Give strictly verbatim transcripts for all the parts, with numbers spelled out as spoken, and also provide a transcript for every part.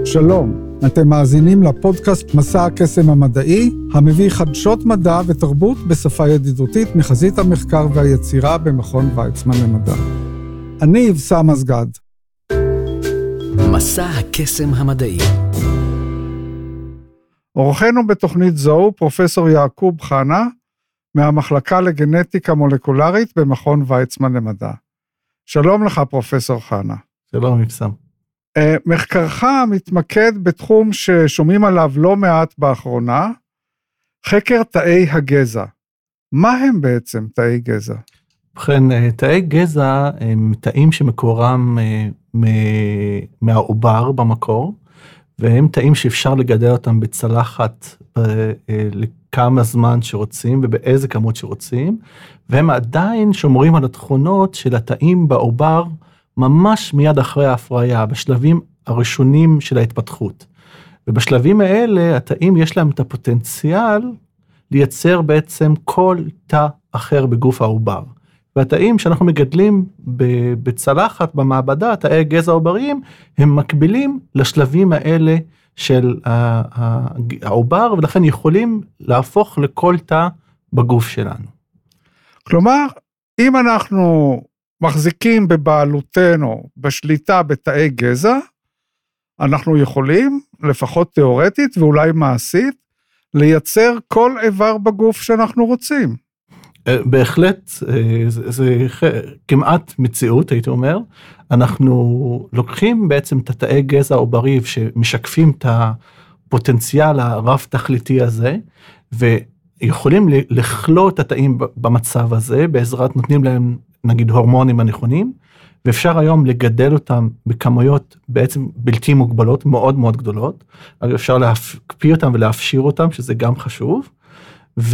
שלום, אתם מאזינים לפודקאסט מסע הקסם המדעי, המביא חדשות מדע ותרבות בשפה ידידותית מחזית המחקר והיצירה במכון ויצמן למדע. אני אבסם אסגד. מסע הקסם המדעי. אורחנו בתוכנית זו פרופסור יעקוב חנה, מהמחלקה לגנטיקה מולקולרית במכון ויצמן למדע. שלום לך פרופסור חנה. שלום אבסם. מחקרך מתמקד בתחום ששומעים עליו לא מעט באחרונה, חקר תאי הגזע. מה הם בעצם תאי גזע? ובכן, תאי גזע הם תאים שמקורם מהעובר במקור, והם תאים שאפשר לגדל אותם בצלחת לכמה זמן שרוצים ובאיזה כמות שרוצים, והם עדיין שומרים על התכונות של התאים בעובר, ממש מיד אחרי ההפריה, בשלבים הראשונים של ההתפתחות. ובשלבים האלה, התאים יש להם את הפוטנציאל לייצר בעצם כל תא אחר בגוף העובר. והתאים שאנחנו מגדלים בצלחת, במעבדה, תאי גזע עובריים, הם מקבילים לשלבים האלה של העובר, ולכן יכולים להפוך לכל תא בגוף שלנו. כלומר, אם אנחנו מחזיקים בבעלותנו, בשליטה בתאי גזע, אנחנו יכולים, לפחות תיאורטית ואולי מעשית, לייצר כל איבר בגוף שאנחנו רוצים. בהחלט, זה, זה כמעט מציאות, הייתי אומר. אנחנו לוקחים בעצם את התאי גזע עוברי שמשקפים את הפוטנציאל הרב תכליתי הזה, ויכולים לכלוא את התאים במצב הזה, בעזרת נותנים להם נגיד הורמונים הנכונים, ואפשר היום לגדל אותם בכמויות בעצם בלתי מוגבלות, מאוד מאוד גדולות, אפשר להקפיא אותם ולהפשיר אותם, שזה גם חשוב, ו,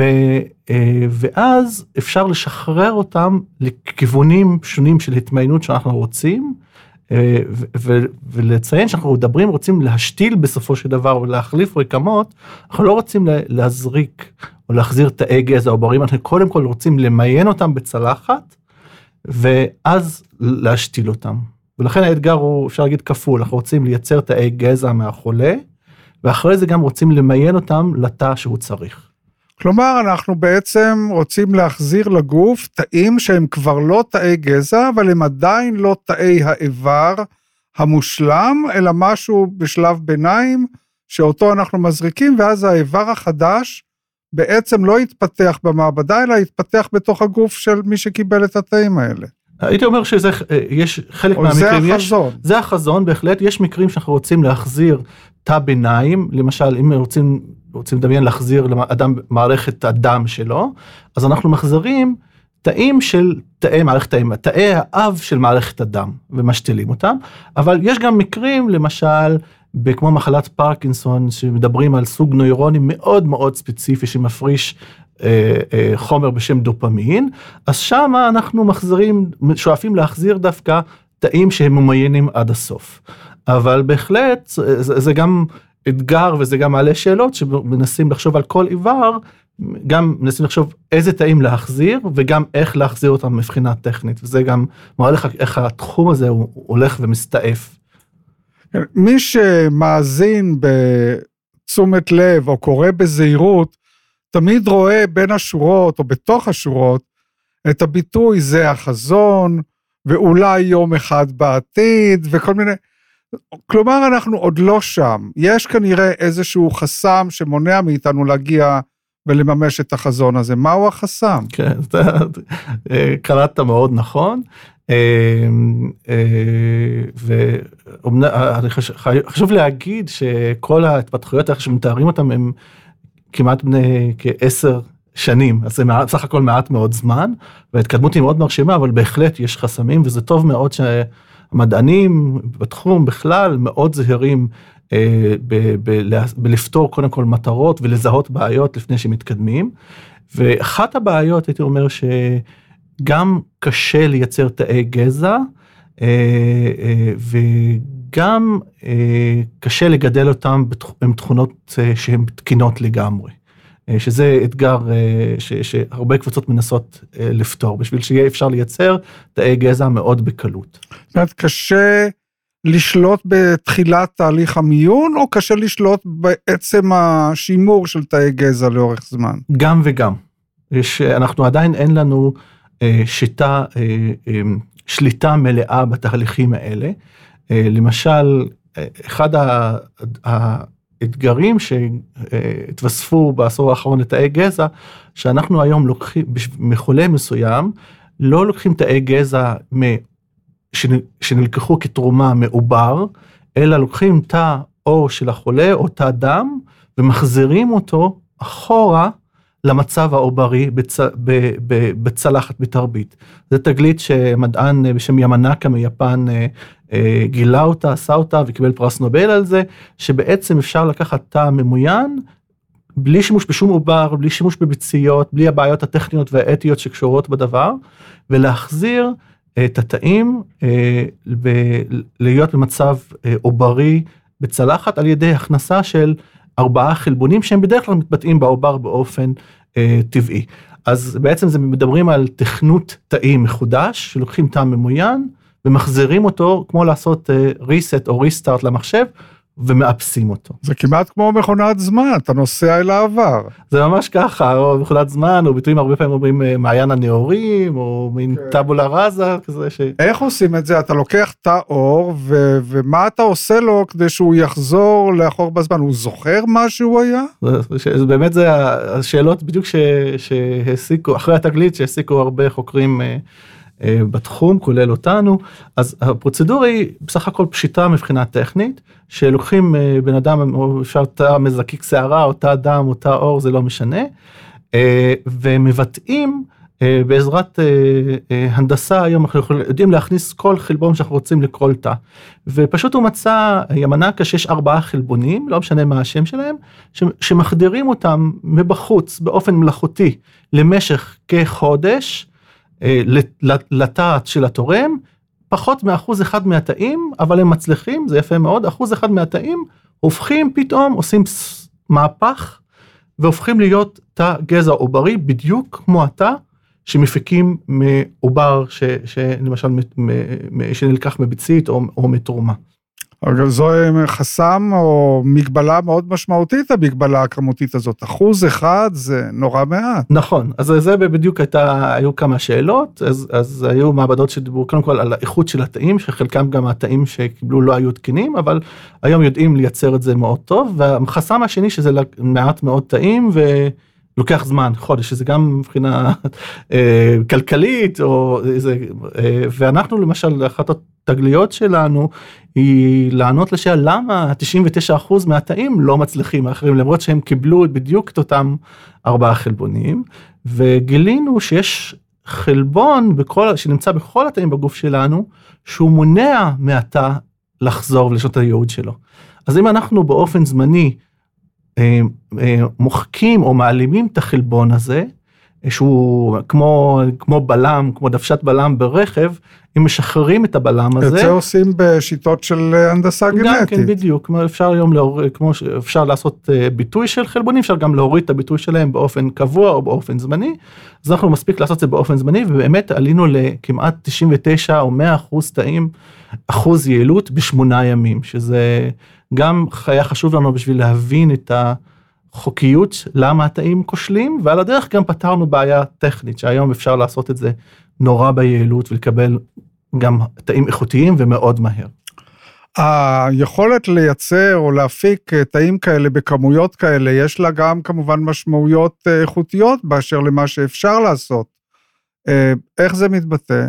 ואז אפשר לשחרר אותם לכיוונים שונים של התמיינות שאנחנו רוצים, ו, ו, ולציין שאנחנו מדברים, רוצים להשתיל בסופו של דבר, ולהחליף רקמות, אנחנו לא רוצים להזריק, או להחזיר תאי גזע עוברים, אנחנו קודם כל רוצים למיין אותם בצלחת, ואז להשתיל אותם. ולכן האתגר הוא, אפשר להגיד כפול, אנחנו רוצים לייצר תאי גזע מהחולה, ואחרי זה גם רוצים למיין אותם לתא שהוא צריך. כלומר, אנחנו בעצם רוצים להחזיר לגוף תאים שהם כבר לא תאי גזע, אבל הם עדיין לא תאי האיבר המושלם, אלא משהו בשלב ביניים, שאותו אנחנו מזריקים, ואז האיבר החדש בעצם לא יתפתח במעבדה, אלא יתפתח בתוך הגוף של מי שקיבל את התאים האלה. הייתי אומר שזה, יש חלק מהמקרים, זה החזון. יש, זה החזון, בהחלט, יש מקרים שאנחנו רוצים להחזיר תא ביניים, למשל, אם רוצים, רוצים לדמיין להחזיר לאדם מערכת הדם שלו, אז אנחנו מחזירים תאים של תאי מערכת הדם, תאי האב של מערכת הדם, ומשתילים אותם, אבל יש גם מקרים, למשל, כמו מחלת פרקינסון, שמדברים על סוג נוירונים מאוד מאוד ספציפי, שמפריש אה, אה, חומר בשם דופמין, אז שם אנחנו מחזירים, שואפים להחזיר דווקא תאים שהם ממיינים עד הסוף. אבל בהחלט, זה, זה גם אתגר, וזה גם מעלה שאלות, שמנסים לחשוב על כל איבר, גם מנסים לחשוב איזה תאים להחזיר, וגם איך להחזיר אותם מבחינה טכנית, וזה גם מראה לך איך התחום הזה הוא הולך ומסתעף. מי שמאזין בתשומת לב או קורא בזהירות, תמיד רואה בין השורות או בתוך השורות את הביטוי זה החזון, ואולי יום אחד בעתיד וכל מיני, כלומר אנחנו עוד לא שם, יש כנראה איזשהו חסם שמונע מאיתנו להגיע ולממש את החזון הזה, מהו החסם? כן, אתה קראת מאוד נכון, וחשוב להגיד שכל ההתפתחויות שמתארים אותם הם כמעט בני כעשר שנים, אז זה סך הכל מעט מאוד זמן, וההתקדמות היא מאוד מרשימה, אבל בהחלט יש חסמים, וזה טוב מאוד שהמדענים בתחום בכלל מאוד זהירים בלפתור קודם כל מטרות ולזהות בעיות לפני שמתקדמים, ואחת הבעיות הייתי אומר ש גם קשה לייצר תאי גזע, וגם קשה לגדל אותם עם תכונות שהן תקינות לגמרי. שזה אתגר שהרבה קבוצות מנסות לפתור, בשביל שיהיה אפשר לייצר תאי גזע מאוד בקלות. זאת אומרת, קשה לשלוט בתחילת תהליך המיון, או קשה לשלוט בעצם השימור של תאי גזע לאורך זמן? גם וגם. יש, אנחנו עדיין אין לנו אה, שיטה, אה, אה, שליטה מלאה בתהליכים האלה. אה, למשל, אחד האתגרים שהתווספו בעשור האחרון לתאי גזע, שאנחנו היום לוקחים, מחולה מסוים, לא לוקחים תאי גזע שנלקחו כתרומה מעובר, אלא לוקחים תא עור של החולה או תא דם, ומחזירים אותו אחורה למצב העוברי בצ... ב... ב... בצלחת בתרבית. זה תגלית שמדען בשם ימנקה מיפן גילה אותה, עשה אותה וקיבל פרס נובל על זה, שבעצם אפשר לקחת תא ממוין, בלי שימוש בשום עובר, בלי שימוש בביציות, בלי הבעיות הטכניות והאתיות שקשורות בדבר, ולהחזיר את התאים ולהיות במצב עוברי בצלחת, על ידי הכנסה של ארבעה חלבונים, שהם בדרך כלל מתבטאים בעובר באופן טבעי. אז בעצם זה מדברים על תכנות תאים מחודש, שלוקחים תא ממוין, ומחזירים אותו, כמו לעשות reset או restart למחשב, ומאפסים אותו. זה כמעט כמו מכונת זמן, אתה נוסע אל העבר. זה ממש ככה, או מכונת זמן, או ביטויים הרבה פעמים אומרים מעיין הנאורים, או מין טאבולה ראזה, כזה ש... איך עושים את זה? אתה לוקח תא עור, ו- ומה אתה עושה לו כדי שהוא יחזור לאחור בזמן? הוא זוכר מה שהוא היה? זה, זה באמת זה השאלות בדיוק ש- שהסיקו, אחרי התגלית שהסיקו הרבה חוקרים בתחום, כולל אותנו. אז הפרוצדורה היא בסך הכל פשיטה מבחינה טכנית, שלוקחים בן אדם, או אפשר תא מזקיק שערה, או תא דם, או תא עור, זה לא משנה, ומבטאים בעזרת הנדסה, היום אנחנו יודעים להכניס כל חלבון שאנחנו רוצים לכל תא, ופשוט הוא מצא ימנקה שיש ארבעה חלבונים, לא משנה מה השם שלהם, שמחדירים אותם מבחוץ באופן מלאכותי למשך כחודש, לתת של התורם, פחות מאחוז אחד מהתאים, אבל הם מצליחים, זה יפה מאוד, אחוז אחד מהתאים, הופכים פתאום, עושים מהפך, והופכים להיות תא גזע עוברי, בדיוק כמו התא, שמפיקים מעובר, שלמשל, שנלקח מביצית או, או מתרומה. אגב, זו חסם או מגבלה מאוד משמעותית, המגבלה הכמותית הזאת. אחוז אחד זה נורא מעט. נכון, אז זה בדיוק הייתה, היו כמה שאלות, אז, אז היו מעבדות שדיברו קודם כל על האיכות של התאים, שחלקם גם התאים שקיבלו לא היו תקינים, אבל היום יודעים לייצר את זה מאוד טוב, והחסם השני שזה מעט מאוד תאים, ולוקח זמן, חודש, שזה גם מבחינה אה, כלכלית, או איזה, אה, ואנחנו למשל, אחת התגליות שלנו, היא לענות לשאלה למה תשעים ותשעה אחוז מהתאים לא מצליחים האחרים, למרות שהם קיבלו בדיוק את אותם ארבעה חלבונים, וגילינו שיש חלבון בכל, שנמצא בכל התאים בגוף שלנו, שהוא מונע מהתא לחזור ולשנות הייעוד שלו. אז אם אנחנו באופן זמני אה, אה, מוחקים או מעלימים את החלבון הזה, שהוא כמו, כמו בלם, כמו דוושת בלם ברכב, אם משחררים את הבלם הזה. את זה עושים בשיטות של הנדסה גנטית. גם כן, בדיוק. כמו אפשר היום להוריד, כמו שאפשר לעשות ביטוי של חלבונים, אפשר גם להוריד את הביטוי שלהם באופן קבוע או באופן זמני. אז אנחנו מספיק לעשות את זה באופן זמני, ובאמת עלינו לכמעט תשעים ותשע או מאה אחוז תאים, אחוז יעילות בשמונה ימים, שזה גם היה חשוב לנו בשביל להבין את ה... חוקיות, למה התאים כושלים, ועל הדרך גם פתרנו בעיה טכנית, שהיום אפשר לעשות את זה נורא ביעילות, ולקבל גם תאים איכותיים ומאוד מהר. היכולת לייצר או להפיק תאים כאלה בכמויות כאלה, יש לה גם כמובן משמעויות איכותיות, באשר למה שאפשר לעשות. איך זה מתבטא?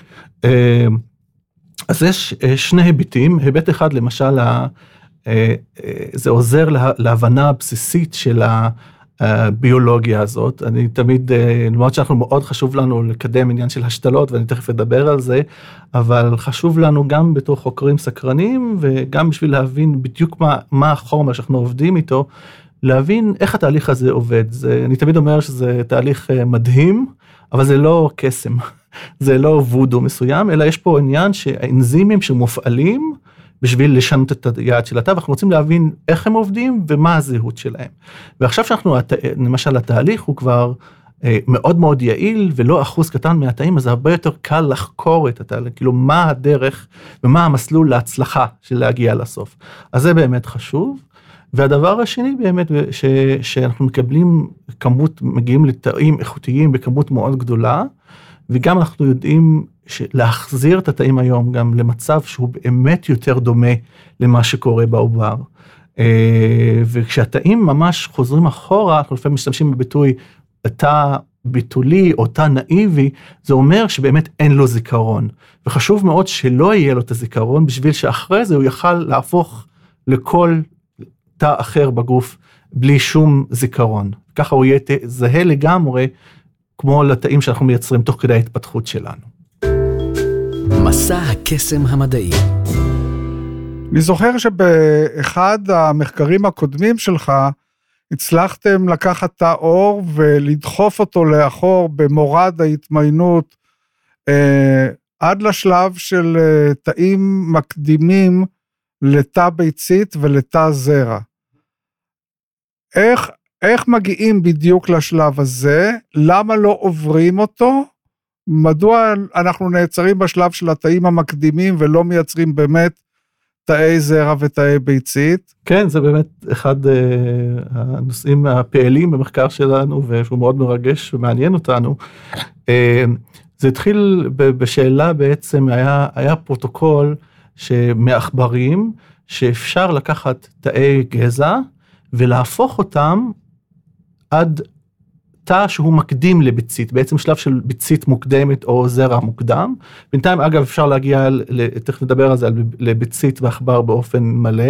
אז יש שני היבטים, היבט אחד למשל, זה עוזר לה, להבנה הבסיסית של הביולוגיה הזאת. אני תמיד, למרות שאנחנו מאוד חשוב לנו לקדם עניין של השתלות, ואני תכף אדבר על זה, אבל חשוב לנו גם בתור חוקרים סקרנים, וגם בשביל להבין בדיוק מה, מה החומר שאנחנו עובדים איתו, להבין איך התהליך הזה עובד. זה, אני תמיד אומר שזה תהליך מדהים, אבל זה לא קסם, זה לא וודו מסוים, אלא יש פה עניין שהאנזימים שמופעלים, בשביל לשנות את היעד של התא, ואנחנו רוצים להבין איך הם עובדים ומה הזהות שלהם. ועכשיו שאנחנו, למשל, התהליך הוא כבר מאוד מאוד יעיל, ולא אחוז קטן מהתאים, אז זה הרבה יותר קל לחקור את התאים, כאילו מה הדרך, ומה המסלול להצלחה של להגיע לסוף. אז זה באמת חשוב. והדבר השני באמת, ש, שאנחנו מקבלים כמות, מגיעים לתאים איכותיים בכמות מאוד גדולה, וגם אנחנו יודעים להחזיר את התאים היום גם למצב שהוא באמת יותר דומה למה שקורה בעובר. וכשהתאים ממש חוזרים אחורה, אנחנו לפעמים משתמשים בביטוי, תא ביטולי או תא נאיבי, זה אומר שבאמת אין לו זיכרון. וחשוב מאוד שלא יהיה לו את הזיכרון, בשביל שאחרי זה הוא יוכל להפוך לכל תא אחר בגוף, בלי שום זיכרון. ככה הוא יהיה זהה לגמרי, כמו לתאים שאנחנו מייצרים תוך כדי ההתפתחות שלנו. מסע הקסם המדעי. אני זוכר שבאחד המחקרים הקודמים שלך, הצלחתם לקחת תא עור ולדחוף אותו לאחור במורד ההתמיינות, אה, עד לשלב של אה, תאים מקדימים לתא ביצית ולתא זרע. איך, איך מגיעים בדיוק לשלב הזה? למה לא עוברים אותו? מדוע אנחנו נעצרים בשלב של התאים המקדימים ולא מייצרים באמת תאי זרע ותאי ביצית? כן, זה באמת אחד uh, הנושאים הפעילים במחקר שלנו, ושהוא מאוד מרגש ומעניין אותנו. Uh, זה התחיל בשאלה בעצם, היה, היה פרוטוקול שמעכברים, שאפשר לקחת תאי גזע, ולהפוך אותם עד תא שהוא מקדים לביצית, בעצם שלב של ביצית מוקדמת או זרע מוקדם. בינתיים, אגב, אפשר להגיע, תכף נדבר על זה, לביצית ועכבר באופן מלא,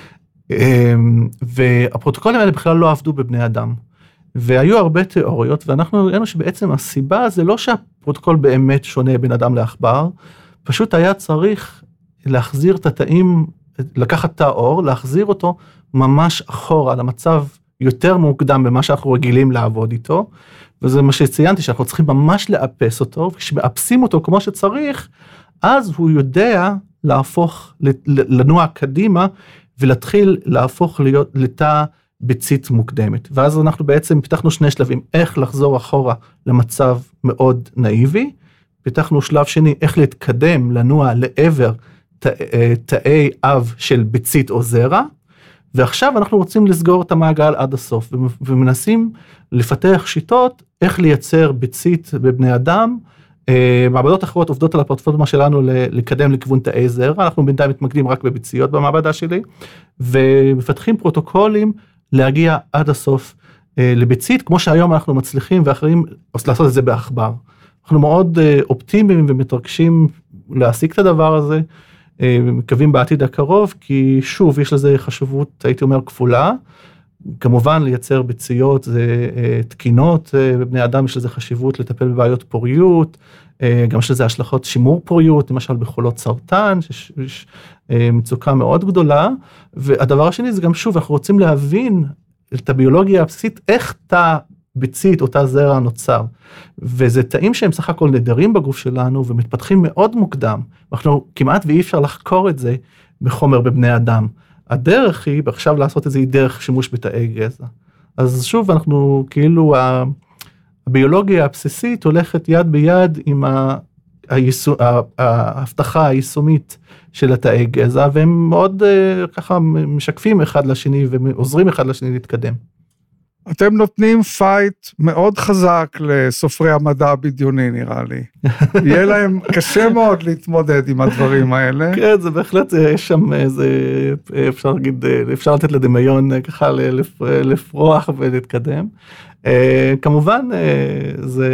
והפרוטוקולים האלה בכלל לא עבדו בבני אדם. והיו הרבה תיאוריות, ואנחנו ראינו שבעצם הסיבה זה לא שהפרוטוקול באמת שונה בין אדם לעכבר, פשוט היה צריך להחזיר את התאים, לקחת תא עור, להחזיר אותו ממש אחורה, למצב יותר מוקדם במה שאנחנו רגילים לעבוד איתו, וזה מה שציינתי, שאנחנו צריכים ממש לאפס אותו, וכשמאפסים אותו כמו שצריך, אז הוא יודע להפוך, לנוע קדימה, ולהתחיל להפוך להיות לתא ביצית מוקדמת. ואז אנחנו בעצם פיתחנו שני שלבים, איך לחזור אחורה למצב מאוד נאיבי, פיתחנו שלב שני, איך להתקדם, לנוע לעבר תאי אב של ביצית או זרע, ועכשיו אנחנו רוצים לסגור את המעגל עד הסוף, ומנסים לפתח שיטות איך לייצר ביצית בבני אדם. מעבדות אחרות עובדות על הפלטפורמה שלנו לקדם לכיוון תאי זרע, אנחנו בינתיים מתמקדים רק בביציות במעבדה שלי, ומפתחים פרוטוקולים להגיע עד הסוף לביצית, כמו שהיום אנחנו מצליחים ואחרים לעשות את זה בעכבר. אנחנו מאוד אופטימיים ומתרגשים להשיג את הדבר הזה, מקווים בעתיד הקרוב, כי שוב, יש לזה חשיבות, הייתי אומר, כפולה. כמובן, לייצר ביציות, זה תקינות, בבני אדם יש לזה חשיבות לטפל בבעיות פוריות, גם יש לזה השלכות שימור פוריות, למשל בחולות סרטן, שיש מצוקה מאוד גדולה, והדבר השני זה גם שוב, אנחנו רוצים להבין את הביולוגיה הבסיסית, איך תא ביצית, אותה זרע נוצר, וזה תאים שהם סך הכל נדרים בגוף שלנו, ומתפתחים מאוד מוקדם, אנחנו כמעט ואי אפשר לחקור את זה בחומר בבני אדם. הדרך היא, עכשיו לעשות את זה, היא דרך שימוש בתאי גזע. אז שוב, אנחנו כאילו, הביולוגיה הבסיסית הולכת יד ביד עם ההבטחה היישומית של התאי גזע, והם מאוד ככה משקפים אחד לשני, ועוזרים אחד לשני להתקדם. אתם נותנים פייט מאוד חזק לסופרי המדע הבדיוני, נראה לי. יהיה להם קשה מאוד להתמודד עם הדברים האלה. כן, זה בהחלט, יש שם איזה, אפשר להגיד, אפשר לתת לדמיון ככה לפרוח ולהתקדם. כמובן, זה,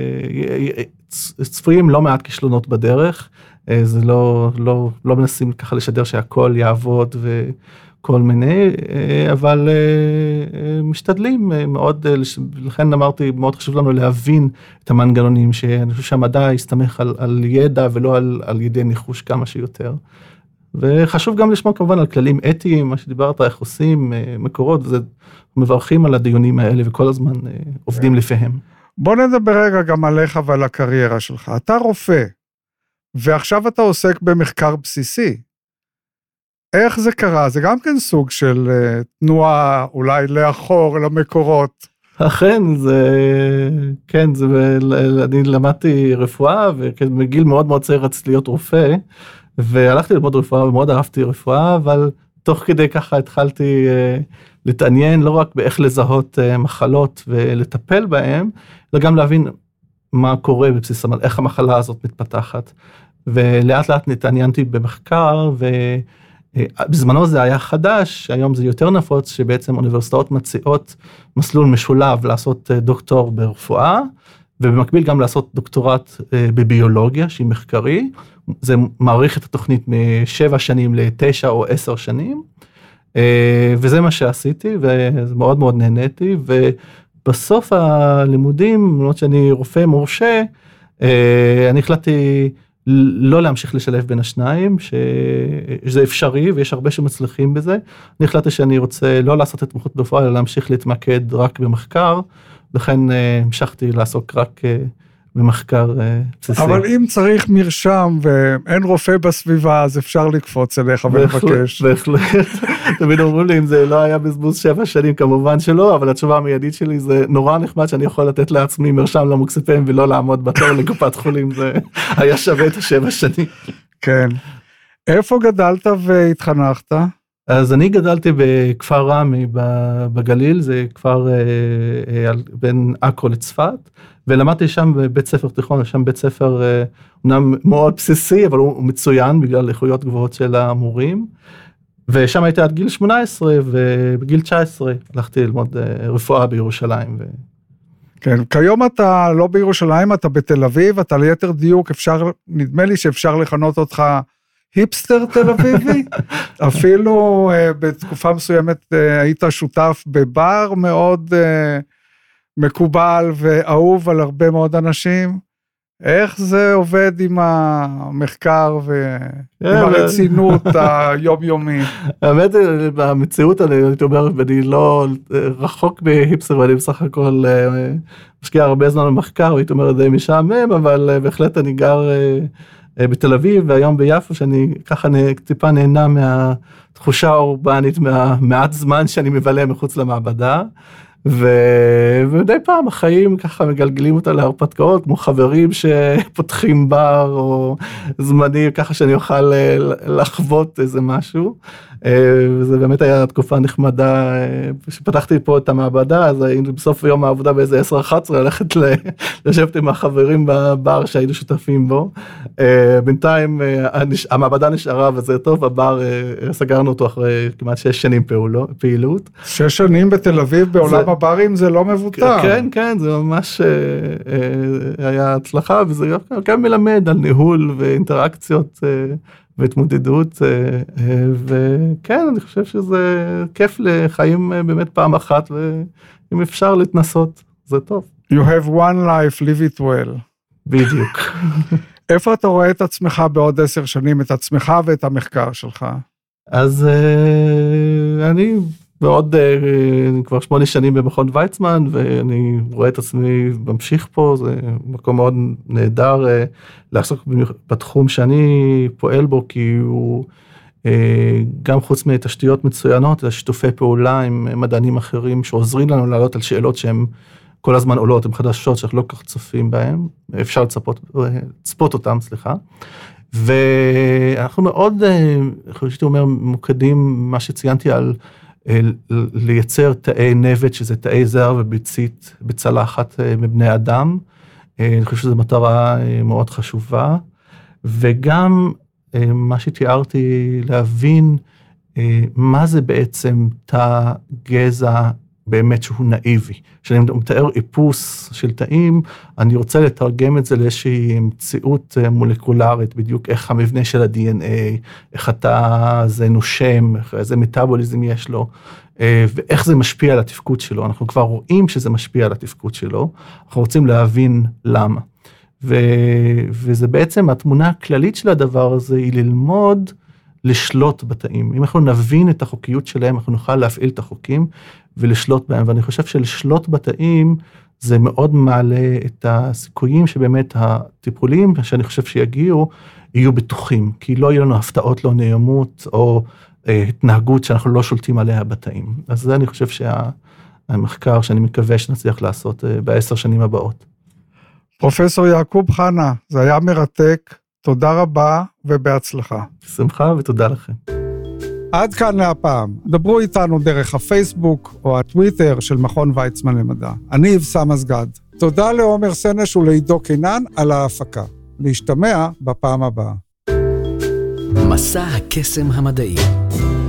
צפויים לא מעט כישלונות בדרך, זה לא, לא, לא מנסים ככה לשדר שהכל יעבוד ו... כל מיני, אבל משתדלים מאוד, לכן אמרתי, מאוד חשוב לנו להבין את המנגנונים, שאני חושב שהמדע יסתמך על, על ידע ולא על, על ידי ניחוש כמה שיותר. וחשוב גם לשמוע כמובן על כללים אתיים, מה שדיברת, איך עושים, מקורות, וזה, מברכים על הדיונים האלה וכל הזמן עובדים לפיהם. בוא נדבר רגע גם עליך ועל הקריירה שלך. אתה רופא, ועכשיו אתה עוסק במחקר בסיסי. איך זה קרה? זה גם כן סוג של תנועה, אולי לאחור, למקורות. אכן, זה, כן, זה, אני למדתי רפואה, ובגיל מאוד מאוד צעיר רציתי להיות רופא, והלכתי ללמוד רפואה, ומאוד אהבתי רפואה, אבל תוך כדי ככה התחלתי להתעניין, לא רק באיך לזהות מחלות ולטפל בהן, אלא גם להבין מה קורה בבסיס, איך המחלה הזאת מתפתחת. ולאט לאט התעניינתי במחקר, ובזמנו זה היה חדש, היום זה יותר נפוץ, שבעצם אוניברסיטאות מציעות מסלול משולב לעשות דוקטור ברפואה, ובמקביל גם לעשות דוקטורט בביולוגיה, שהיא מחקרי, זה מעריך את התוכנית משבע שנים לתשע או עשר שנים, וזה מה שעשיתי, ומאוד מאוד נהניתי, ובסוף הלימודים, למרות שאני רופא מורשה, אני החלטתי לא להמשיך לשלב בין השניים, שזה אפשרי, ויש הרבה שמצליחים בזה. אני החלטתי שאני רוצה לא לעשות התמחות ברפואה, אלא להמשיך להתמקד רק במחקר, לכן המשכתי לעסוק רק במחקר בסיסי. אבל אם צריך מרשם ואין רופא בסביבה, אז אפשר לקפוץ אליך ולבקש. בהחלט, תמיד אומרים לי, אם זה לא היה בזבוז שבע שנים, כמובן שלא, אבל התשובה המיידית שלי זה נורא נחמד שאני יכול לתת לעצמי מרשם למוקסיפן, ולא לעמוד בתור לקופת חולים, זה היה שווה את השבע שנים. כן. איפה גדלת והתחנכת? אז אני גדלתי בכפר רמי בגליל, זה כפר בין עכו לצפת, ולמדתי שם בבית ספר תיכון, שם בית ספר אומנם מאוד בסיסי, אבל הוא מצוין בגלל איכויות גבוהות של המורים, ושם הייתי עד גיל שמונה עשרה, ובגיל תשע עשרה הלכתי ללמוד רפואה בירושלים. ו... כן, כיום אתה לא בירושלים, אתה בתל אביב, אתה ליתר דיוק, אפשר, נדמה לי שאפשר לכנות אותך היפסטר תל אביבי, אפילו uh, בתקופה מסוימת uh, היית שותף בבר מאוד uh, מקובל ואהוב על הרבה מאוד אנשים. איך זה עובד עם המחקר ועם הרצינות היומיומית? האמת, במציאות אני אומר, ואני לא רחוק בהיפסטר, ואני בסך הכל משקיע הרבה זמן במחקר, והייתי אומר, זה משעמם, אבל בהחלט אני גר בתל אביב, והיום ביפו, שאני ככה טיפה נהנה מהתחושה האורבנית, מהמעט זמן שאני מבלה מחוץ למעבדה, ומדי פעם החיים ככה מגלגלים אותה להרפתקאות, כמו חברים שפותחים בר, או זמני ככה שאני אוכל לחוות איזה משהו, וזה באמת היה תקופה נחמדה, שפתחתי פה את המעבדה, אז היינו בסוף יום העבודה באיזה עשר אחת עשרה, ללכת לשבת עם החברים בבר שהיינו שותפים בו, בינתיים המעבדה נשארה וזה טוב, הבר סגרנו אותו אחרי כמעט שש שנים פעילות. שש שנים בתל אביב בעולם הברים זה לא מבוטר. כן, כן, זה ממש היה הצלחה, וזה גם מלמד על ניהול ואינטראקציות והתמודדות, וכן, אני חושב שזה כיף לחיים באמת פעם אחת, ואם אפשר להתנסות, זה טוב. You have one life, live it well. בדיוק. איפה אתה רואה את עצמך בעוד עשר שנים, את עצמך ואת המחקר שלך? אז אני בעוד כבר שמונה שנים במכון ויצמן, ואני רואה את עצמי ממשיך פה, זה מקום מאוד נהדר לעסוק בתחום שאני פועל בו, כי הוא גם חוץ מתשתיות מצוינות, שיתופי פעולה עם מדענים אחרים, שעוזרים לנו לעלות על שאלות שהן כל הזמן עולות, הן חדשות שאנחנו לא כך צופים בהן, אפשר לצפות, לצפות אותם, סליחה. ואנחנו מאוד, אני חושב שאתה אומר, מוקדים, מה שציינתי על לייצר תאי נבט, שזה תאי זרע וביצית בצלחת מבני אדם. אני חושב שזו מטרה מאוד חשובה. וגם מה שתיארתי, להבין מה זה בעצם תא גזע באמת שהוא נאיבי. כשאני מתאר איפוס של תאים, אני רוצה לתרגם את זה לאיזושהי מציאות מולקולרית, בדיוק איך המבנה של ה-די אן איי, איך התא זה נושם, איזה מטאבוליזם יש לו, ואיך זה משפיע על התפקוד שלו. אנחנו כבר רואים שזה משפיע על התפקוד שלו, אנחנו רוצים להבין למה. ו... וזה בעצם התמונה הכללית של הדבר הזה, היא ללמוד לשלוט בתאים. אם אנחנו נבין את החוקיות שלהם, אנחנו נוכל להפעיל את החוקים ולשלוט בהם. ואני חושב שלשלוט בתאים, זה מאוד מעלה את הסיכויים שבאמת הטיפולים, שאני חושב שיגיעו, יהיו בטוחים, כי לא יהיו לנו הפתעות לא נעימות, או אה, התנהגות שאנחנו לא שולטים עליה בתאים. אז זה אני חושב המחקר שאני מקווה שנצליח לעשות בעשר שנים הבאות. פרופסור יעקוב חנה, זה היה מרתק, תודה רבה ובהצלחה. שמחה ותודה לכם. עד כאן להפעם, דברו איתנו דרך הפייסבוק או הטוויטר של מכון ויצמן למדע. אני אבסם אסגד. תודה לעומר סנש ולעידו קינן על ההפקה. להשתמע בפעם הבאה. מסע הקסם המדעי.